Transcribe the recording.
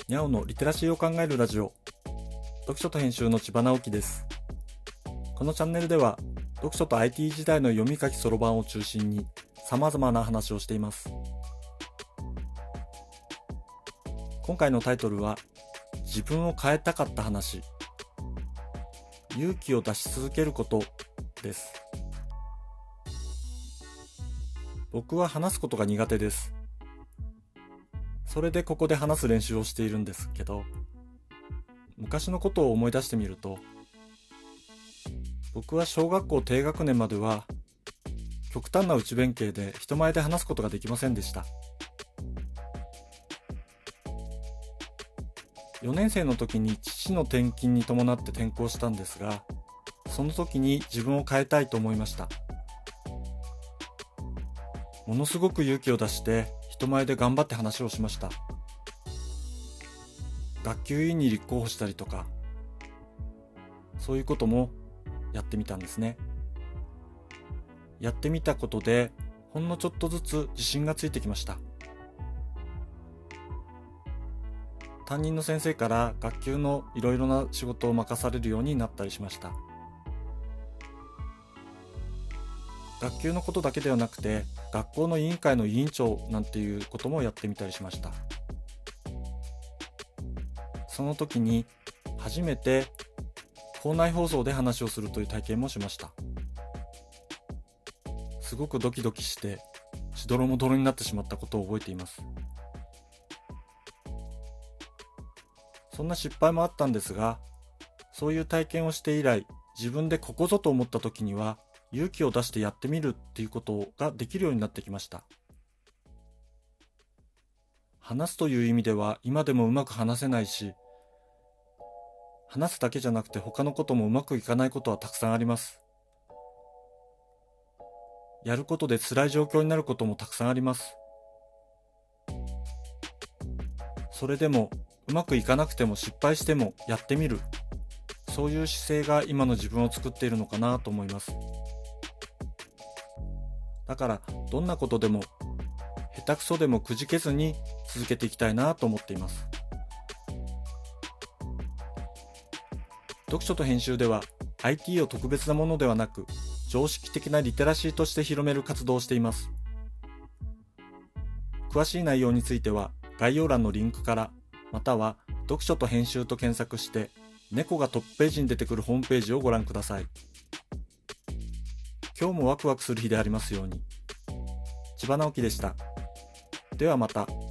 にゃおのリテラシーを考えるラジオ、読書と編集の千葉直樹です。このチャンネルでは読書と IT 時代の読み書きそろばんを中心に様々な話をしています。今回のタイトルは自分を変えたかった話、勇気を出し続けることです。僕は話すことが苦手です。それでここで話す練習をしているんですけど、昔のことを思い出してみると、僕は小学校低学年までは極端な内弁慶で人前で話すことができませんでした。4年生の時に父の転勤に伴って転校したんですが、その時に自分を変えたいと思いました。ものすごく勇気を出して人前で頑張って話をしました。学級委員に立候補したりとか、そういうこともやってみたんですね。やってみたことでほんのちょっとずつ自信がついてきました。担任の先生から学級のいろいろな仕事を任されるようになったりしました。学級のことだけではなくて、学校の委員会の委員長なんていうこともやってみたりしました。その時に初めて校内放送で話をするという体験もしました。すごくドキドキしてしどろもどろになってしまったことを覚えています。そんな失敗もあったんですが、そういう体験をして以来、自分でここぞと思った時には勇気を出してやってみるっていうことができるようになってきました。話すという意味では今でもうまく話せないし、話すだけじゃなくて他のこともうまくいかないことはたくさんあります。やることで辛い状況になることもたくさんあります。それでもうまくいかなくても失敗してもやってみる、そういう姿勢が今の自分を作っているのかなと思います。だからどんなことでも下手くそでもくじけずに続けていきたいなと思っています。読書と編集では IT を特別なものではなく、常識的なリテラシーとして広める活動をしています。詳しい内容については概要欄のリンクから、または読書と編集と検索して猫がトップページに出てくるホームページをご覧ください。今日もワクワクする日でありますように。千葉直樹でした。ではまた。